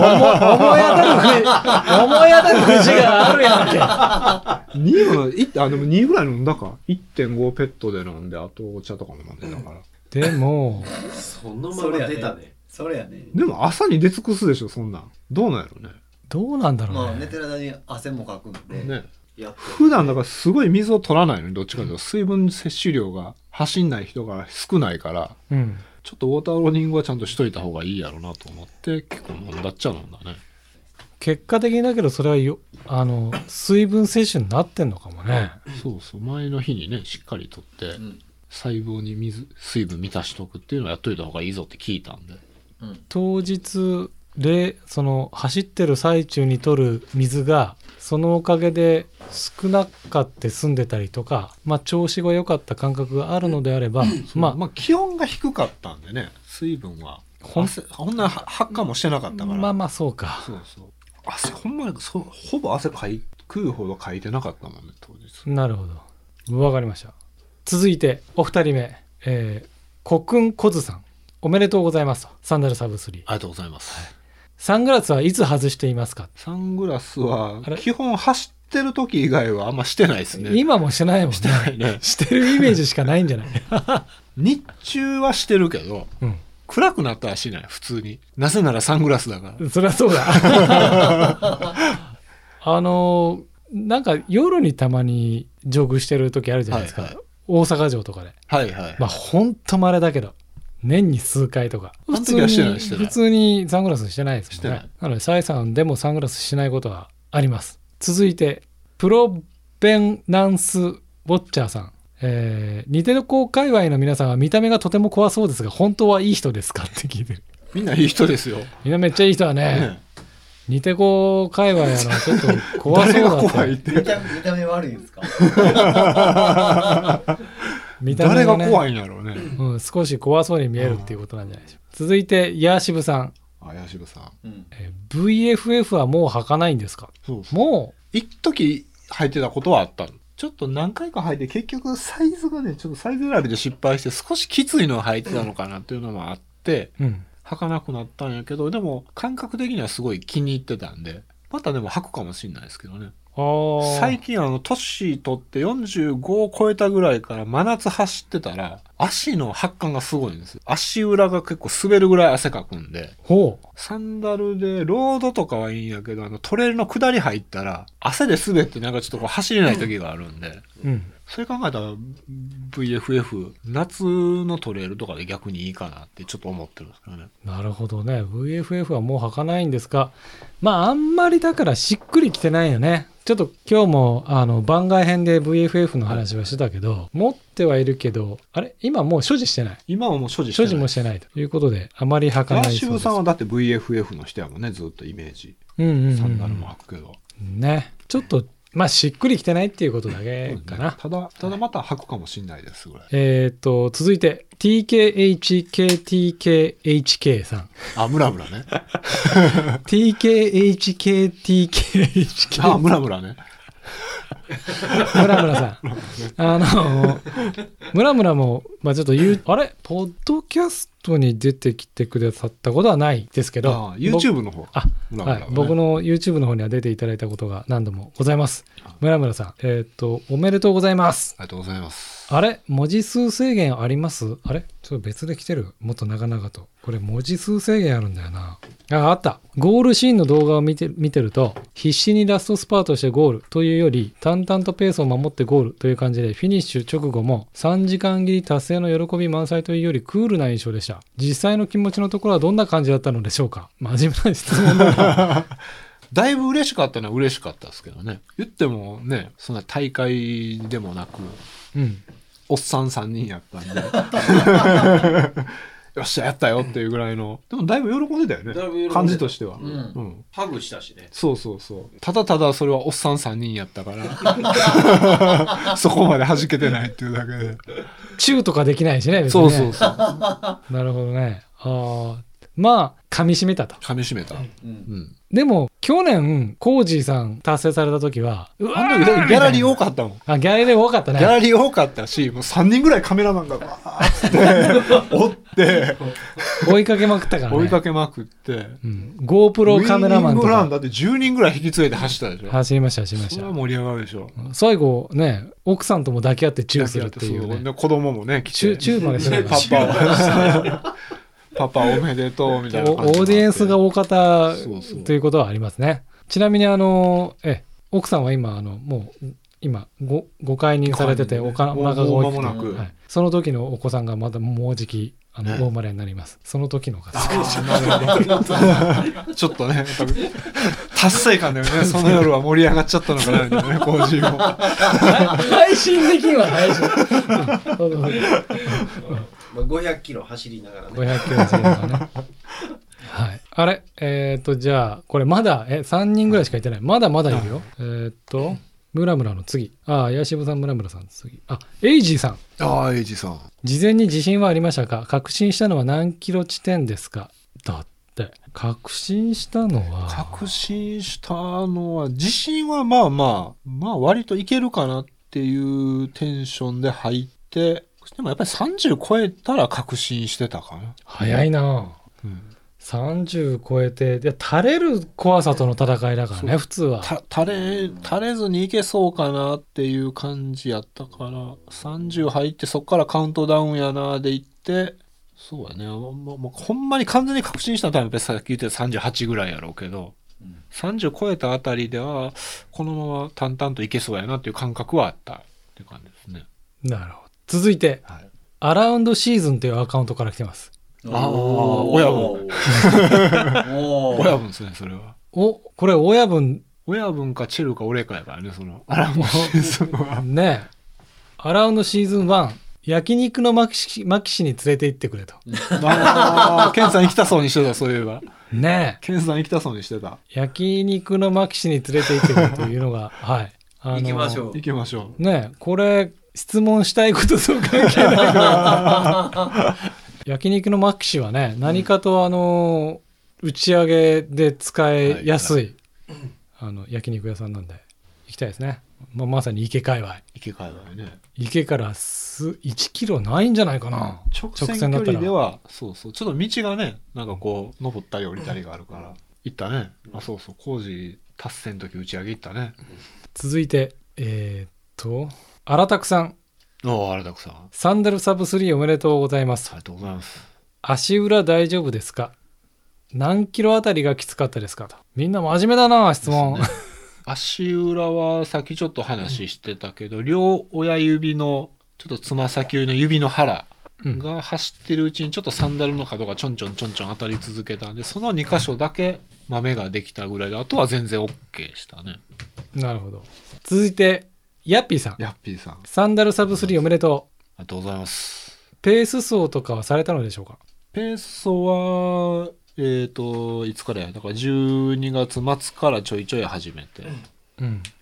る思い当たる節があるやんけ
にもいあでもにぐらい飲んだか いってんご ペットで飲んであとお茶とかも飲んでたから、
でも
そのまま出たね。それやね。
でも朝に出尽くすでしょそんなん。どうなんやろね。
どうなんだろうね。
まあ、寝てる間に汗もかくんで、ね、
やって普段だからすごい水を取らないのにどっちかというと水分摂取量が走んない人が少ないから、うん、ちょっとウォーターローディングはちゃんとしといた方がいいやろなと思って結構飲んだっちゃ飲んだね。
結果的にだけどそれはよあの水分摂取になってんのかもね。
そうそう前の日にねしっかりとって、うん、細胞に水水分満たしとくっていうのをやっといた方がいいぞって聞いたんで、
うん、当日でその走ってる最中に取る水がそのおかげで少なかって済んでたりとか、まあ、調子が良かった感覚があるのであれば、
まあ、まあ気温が低かったんでね水分はほんほんな発汗もしてなかったから、
まあまあそうか。
そうそう汗ほんまにそほぼ汗かい食うほどかいてなかったもんね当日。
なるほどわかりました。続いてお二人目、えー、コクンコズさんおめでとうございますと。サンダルサブスリー
ありがとうございます、はい。
サングラスはいつ外していますか？
サングラスは基本走ってる時以外はあんましてないですね。
今もしてないもんね。
してないね。
してるイメージしかないんじゃない
日中はしてるけど、うん、暗くなったらしない普通に。なぜならサングラスだから。
そりゃそうだあのなんか夜にたまにジョグしてる時あるじゃないですか、はいはい、大阪城とかで、
はいはいはい、
まあほんと稀だけど年に数回とか普通に普通にサングラスしてないですもんね。なのでサイさんでもサングラスしないことはあります。続いてプロベンナンスウォッチャーさん、えー、ニテコ界隈の皆さんは見た目がとても怖そうですが本当はいい人ですかって聞いてる。
みんないい人ですよ。
みんなめっちゃいい人はね、ねニテコ界隈やのちょっと怖そうだって。誰が怖いって見た、
見た目悪いんですか
見た目が、ね、
誰が怖いんやろうね、
うん、少し怖そうに見えるっていうことなんじゃないでしょうか。続いてヤーシブさん。
あヤーシブさん、
うんえー、ブイエフエフ はもう履かないんですか？
そうそうもう一時履いてたことはあったの。ちょっと何回か履いて結局サイズがねちょっとサイズ選びで失敗して少しきついのを履いてたのかなっていうのもあって、うん、履かなくなったんやけどでも感覚的にはすごい気に入ってたんでまたでも履くかもしれないですけどね。最近あの年取ってよんじゅうごを超えたぐらいから真夏走ってたら足の発汗がすごいんですよ。足裏が結構滑るぐらい汗かくんで、ほうサンダルでロードとかはいいんやけどあのトレイルの下り入ったら汗で滑ってなんかちょっとこう走れない時があるんで、うん、それ考えたら ブイエフエフ 夏のトレイルとかで逆にいいかなってちょっと思ってるんですけどね。
なるほどね。 ブイエフエフ はもう履かないんですがまああんまりだからしっくりきてないよね。ちょっと今日もあの番外編で ブイエフエフ の話はしてたけど、はい、持ってはいるけどあれ今もう所持してない。
今はもう所持してない。
所持もしてないということであまり履かないそうです。
ヤーシブさんはだって ブイエフエフ の人やもんねずっとイメージ、うんうんうん、サンダルも履くけど
ね。ちょっとまあしっくりきてないっていうことだけかな。
ただただまた履くかもしれないですぐらい。
えっと続いて ティーケーエイチケーティーケーエイチケー さん。
あ、ムラムラね。
ティーケーエイチケーティーケーエイチケー。
あ、ムラムラね。
ムラムラさん。あの、ムラムラも、まあちょっと言う、あれポッドキャストに出てきてくださったことはないですけど、
あ YouTube の方。
あ、
ムラムラはね
はい、僕の YouTube の方には出ていただいたことが何度もございます。ムラムラさん、えっと、おめでとうございます。
ありがとうございます。
あれ文字数制限あります？あれちょっと別で来てる。もっと長々と。これ文字数制限あるんだよな。あ、あった。ゴールシーンの動画を見て、見てると、必死にラストスパートしてゴールというより、淡々とペースを守ってゴールという感じで、フィニッシュ直後もさんじかん切り達成の喜び満載というよりクールな印象でした。実際の気持ちのところはどんな感じだったのでしょうか？真面目な質問だな。
だいぶ嬉しかったのは嬉しかったですけどね。言ってもね、そんな大会でもなく、
うん。
おっさんさんにんやったんで。よっしゃやったよっていうぐらいの。でもだいぶ喜んでたよね。
だいぶ喜んでた
感じとしては。
うん
うん
ハグしたしね。
そうそうそう。ただただそれはおっさんさんにんやったから。そこまで弾けてないっていうだけで。
チューとかできないしね、別にね。
そうそうそう。
なるほどね。ああ。まあ、噛み締めたと。
噛み締めた。
うん
うん。
でも、去年、コージーさん達成された時は、うわ
あの時ギャラリー多かったもん。
あ、ギャラリー多かったね。
ギャラリー多かったし、もうさんにんぐらいカメラマンがバーって追って
追いかけまくったからね。
追いかけまくって
うん、GoPro カメラマンとか
ウィニングランだってじゅうにんぐらい引き連れて走ったでしょ。
走りました走りました。
それは盛り上がるでしょ。
最後ね、奥さんとも抱き合ってチューするっていうね。
そうで子供もね来て
チューチューまでするの
パパパパおめでとうみたいな
おオ
感じ
ーディエンスが多かった
そうそう
ということはありますね。ちなみにあのえ奥さんは今あのもう今 ご, ご解任されてておかお腹が大きくて、
もう間もなく
はい、その時のお子さんがまだもうじきあの、
ね
大生まれになります。その時の方
ちょっとね多分達成感だよね。その夜は盛り上がっちゃったのかなみたいなね、コージーも
配信できんわ配信そうそう
まあごひゃくキロ走りながらね。
ごひゃくキロ走るのがねはいあれえっ、ー、とじゃあこれまだえさんにんぐらいしかいてない。まだまだいるよ。えっ、ー、とムラムラの次ああ八渋さんムラムラさんの次あエイジーさん。
ああエイジさん
事前に自信はありましたか？確信したのは何キロ地点ですか？だって確信したのは
確信したのは自信はまあまあまあ割といけるかなっていうテンションで入ってでもやっぱりさんじゅう超えたら確信してたかな。
早いな、
うん、
さんじゅう超えてで垂れる怖さとの戦いだからね普通は
た垂れ垂れずにいけそうかなっていう感じやったからさんじゅう入ってそっからカウントダウンやなでいってそうやねもうもうほんまに完全に確信したのはやっぱりさっき言ってたさんじゅうはちぐらいやろうけど、うん、さんじゅう超えたあたりではこのまま淡々といけそうやなっていう感覚はあったっていう感じですね。
なるほど。続いて、はい、アラウンドシーズンというアカウントから来てます。
ああ親分親分ですねそれは。
おこれ親分
親分かチェルか俺かやからねそのアラウンドシーズンは
ねえアラウンドシーズンワン焼肉のマキシマキシに連れて行ってくれと。
ああケンさん行きたそうにしてたそういえば
ねえ
ケンさん行きたそうにしてた
焼肉のマキシに連れて行ってくれというのがはい
あの行きましょう
行きましょ
うねえこれ質問したいことと関係ないから焼肉のマキシはね何かとあの打ち上げで使いやすい、はいはい、あの焼肉屋さんなんで行きたいですね、まあ、まさに池界隈
池界隈ね
池からすいちキロないんじゃないかな、
直線距離ではそうそうちょっと道がねなんかこう登ったり降りたりがあるから行ったねあそうそう工事達成の時打ち上げ行ったね。
続いてえー、っと荒拓さん
お荒拓さん
サンダルサブスリーおめでとうございます。
ありがとうございます。
足裏大丈夫ですか？何キロあたりがきつかったですかと。みんな真面目だな質問、ね、
足裏はさっきちょっと話してたけど、うん、両親指のちょっとつま先の指の腹が走ってるうちにちょっとサンダルの角がちょんちょんちょんちょん当たり続けたんでそのに箇所だけ豆ができたぐらいであとは全然 OK したね。
なるほど。続いてヤッピーさん。
ヤッピーさん
サンダルサブスリーおめでとう。
ありがとうございます。
ペース走とかはされたのでしょうか？
ペース走はえっ、ー、といつからやだからじゅうにがつ末からちょいちょい始めて、
うん、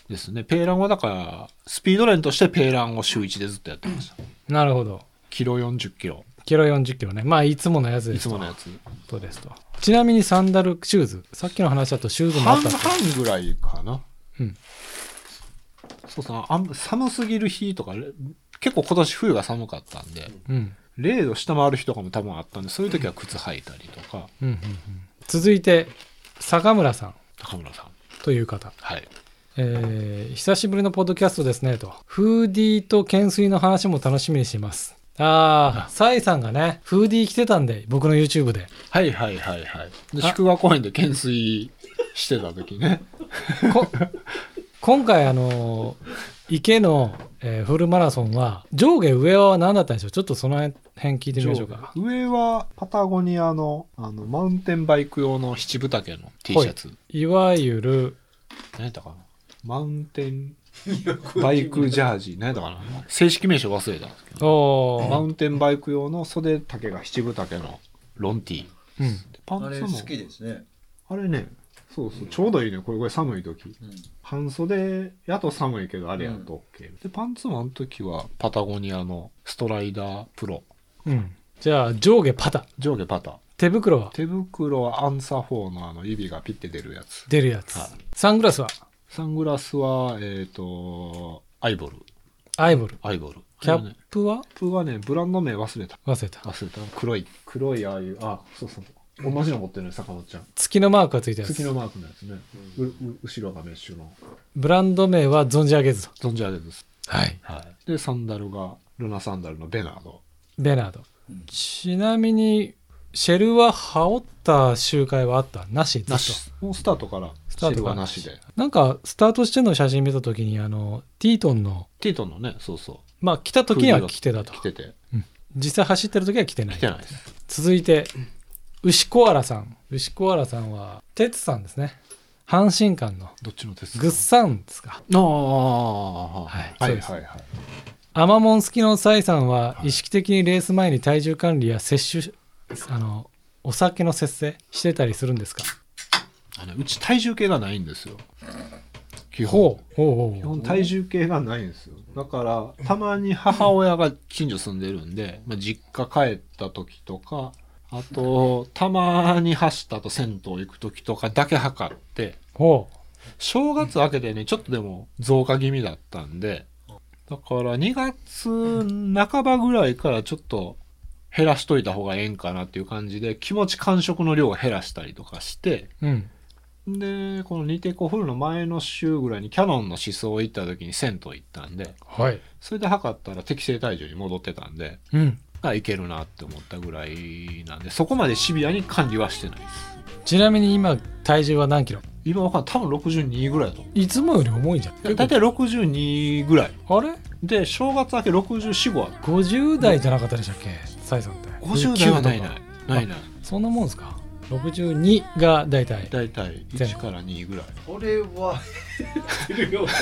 ですね。ペーランはだからスピード練としてペーランを週いちでずっとやってました。
なるほど。
キロよんじゅっキロ。
キロよんじゅっキロね。まあいつものやつです。
いつものやつ。
そうですと。ちなみにサンダルシューズ、さっきの話だとシューズもあ
半
ったって。
々ぐらいかな。
うん。
そうそう、あん寒すぎる日とか結構今年冬が寒かったんで、
うん。
れいど下回る日とかも多分あったんで、そういう時は靴履いたりとか。
うんうんうん。続いて坂村さん
高村さん
という方。
はい。
えー久しぶりのポッドキャストですねと。フーディーと懸垂の話も楽しみにしています。ああ、サイさんがね、フーディー着てたんで、僕の YouTube で。
はいはいはいはい。で祝賀公園で懸垂してた時ね。
こ今回あの池の、えーフルマラソンは上下上は何だったんでしょう。ちょっとその辺聞いてみましょうか。
上はパタゴニアのあのマウンテンバイク用の七分丈の T シャツ。
いわゆる
何やったかな、マウンテンバイクジャージ何やったかな、正式名称忘れたんですけど、
おー、
マウンテンバイク用の袖丈が七分丈のロン T、
うん、
でパンツも
あれ好きですね。
あれね、そうそう、ちょうどいいね、これこれ寒い時、
うん、
半袖やと寒いけどあれやと OK、うん、でパンツもあの時はパタゴニアのストライダープロ、
うん、じゃあ上下パタ、
上下パタ、
手袋は
手袋はアンサーフォーのあの指がピッて出るやつ、
出るやつ、
はい、
サングラスは
サングラスはえっ、ー、とアイボル、
アイボル、
アイボル、
キャップは
キャップはね、ブランド名忘れた
忘れた。
忘れた黒い黒いああいう、あ、そうそう、同じの持ってるね、坂本ちゃん。
月のマークがついたやつ。
月のマークのやつね、うう後ろがメッシュの。
ブランド名は存じ上げずと。
存じ上げです。
はい、
はい、でサンダルがルナサンダルのベナード。
ベナード、うん、ちなみにシェルは羽織った集会はあった？なし？ずっと
なし。もうスタートから
スタート
シェルはなしで。
なんかスタートしての写真見た時にあのティートンの
ティートンのね、そうそう、
まあ来た時には来てたと。
来てて、
うん、実際走ってる時は来てない。
来てないです。
続いて牛コアラさん。牛コアラさんは鉄さんですね。阪神間の
どっちの鉄？
グッサンですか。
ああ、はいはいはいはい。
アマモン好きのサイさんは意識的にレース前に体重管理や摂取、あのお酒の節制してたりするんですか？
あのうち体重計がないんですよ。基本。
ほうほうほう。
基本体重計がないんですよ。だからたまに母親が近所住んでるんで、まあ、実家帰った時とか、あとたまに走った後銭湯行く時とかだけ測って、
ほう、
正月明けてねちょっとでも増加気味だったんで、だからにがつなかばぐらいからちょっと減らしといた方がええんかなっていう感じで、気持ち間食の量を減らしたりとかして、
うん、
でこのニテコフルの前の週ぐらいにキャノンの思想行った時に銭湯行ったんで、
はい、
それで測ったら適正体重に戻ってたんで、
うん、
あ、いけるなって思ったぐらいなんで、そこまでシビアに管理はしてないです。
ちなみに今体重は何キロ？
今わかんない、多分ろくじゅうにぐらいだと思う。
いつもより重いんじゃん。
だいたいろくじゅうにぐらい
あれ
で、正月明けろくじゅうよん、ごある。
ごじゅう代じゃなかったでしたっけ、サイさんって。
ごじゅう代はないないないない。
そんなもんですか。ろくじゅうにがだいたい
だいたいいちからにぐらい。
これは減ってるよ。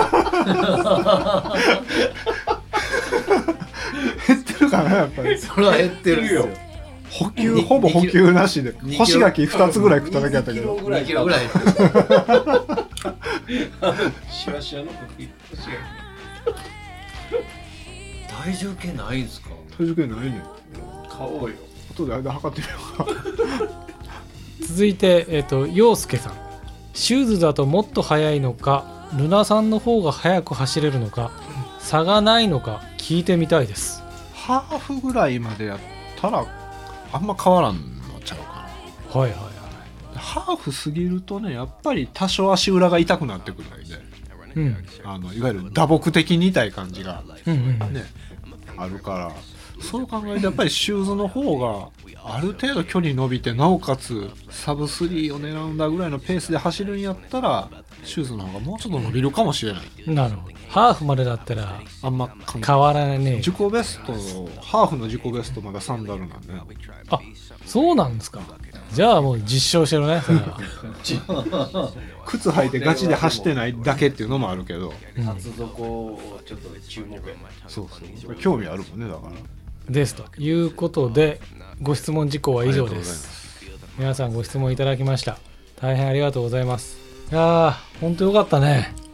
減ってるかな、やっぱり。
それは減ってるよ。
補給、ほぼ補給なしで干し柿ふたつぐらい食っただけやったけど、
にキロぐらい
シワシワの干し
柿。体重計ないんですか？
体重計ないねん。
買おうよ。
後で間測ってみようか。
続いて、えっと、陽介さん。シューズだともっと速いのか、ルナさんの方が速く走れるのか、差がないのか聞いてみたいです。
ハーフぐらいまでやったらあんま変わらんのちゃうか
な。はいはいはい。
ハーフ過ぎるとね、やっぱり多少足裏が痛くなってくるんで、
うん、
あのいわゆる打撲的に痛い感じが、
うんうん
ね、あるから、そう考えてやっぱりシューズの方がある程度距離伸びて、なおかつサブスリーを狙うんだぐらいのペースで走るんやったら、シューズの方がもうちょっと伸びるかもしれない。
なるほど。ハーフまでだったら
あんま
変わらないね。
自己ベスト、ハーフの自己ベストまだサンダルなんで。
あ、そうなんですか。じゃあもう実証してるね、それは。
靴履いてガチで走ってないだけっていうのもあるけど、
厚底をちょっと注目や。
そうそう、興味あるもんね、だから。
ですということで、ご質問事項は以上です。皆さんご質問いただきました。大変ありがとうございます。いやー、ほんとよかったね。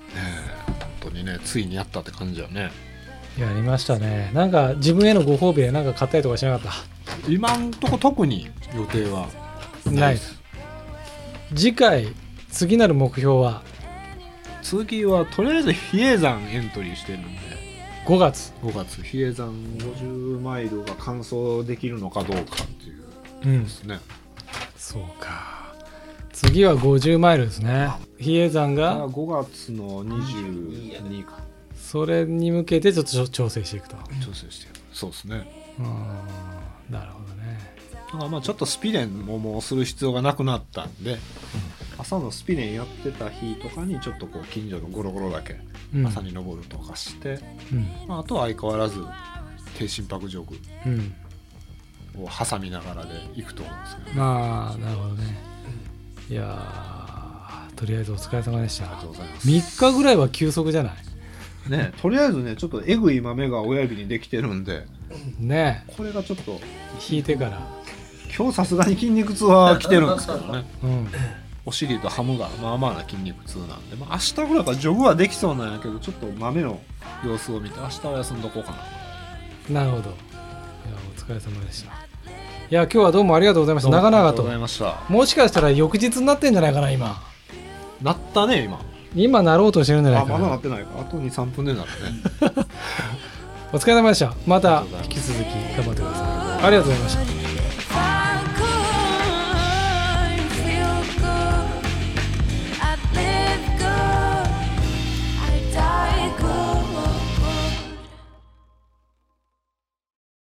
え本当にねついにやったって感じだね。
やりましたね。なんか自分へのご褒美でなんか買ったりとかしなかっ
今んとこ特に予定は
た？ないです。次回次なる目標は
次はとりあえず比叡山エントリーしてるんで
ごがつ。
ごがつ比叡山ごじゅうマイルが完走できるのかどうかっていう
うん
ですね。
そうか。次はごじゅうマイルですね。比叡山が
ごがつのにじゅうにか
それに向けてちょっと調整していくと。
調整してる。そうですね。
うん、なるほどね。
だからまあちょっとスピレンももうする必要がなくなったんで、朝のスピレンやってた日とかにちょっとこう近所のゴロゴロだけ
うん
朝に登るとかして、
うん
まあ、あとは相変わらず低心拍ジョグ
うん
を挟みながらで行くと思うんですけど、ね、
まあなるほどね。いやーとりあえずお疲れ様でした。
ありがとうございます。
みっかぐらいは休息じゃない
ね、とりあえずねちょっとえぐい豆が親指にできてるんで
ね
これがちょっと
引いてから
今日さすがに筋肉痛は来てるんですけどね
うん
お尻とハムがまあまあな筋肉痛なんで、まあ、明日ぐらいからジョグはできそうなんやけどちょっと豆の様子を見て明日は休んどこうかな。
なるほど。いやお疲れ様でした。いや今日はどうもありがとうございました。長々と
ありがとうございました。
もしかしたら翌日になってんじゃないかな。今
なったね今。
今なろうとしてるんじゃない
あまだな
かな。
ってないか。あとにさんぷんでなるね。
お疲れ様でした。また
ありがとうございます
引き続き頑張ってください。ありがとうございました。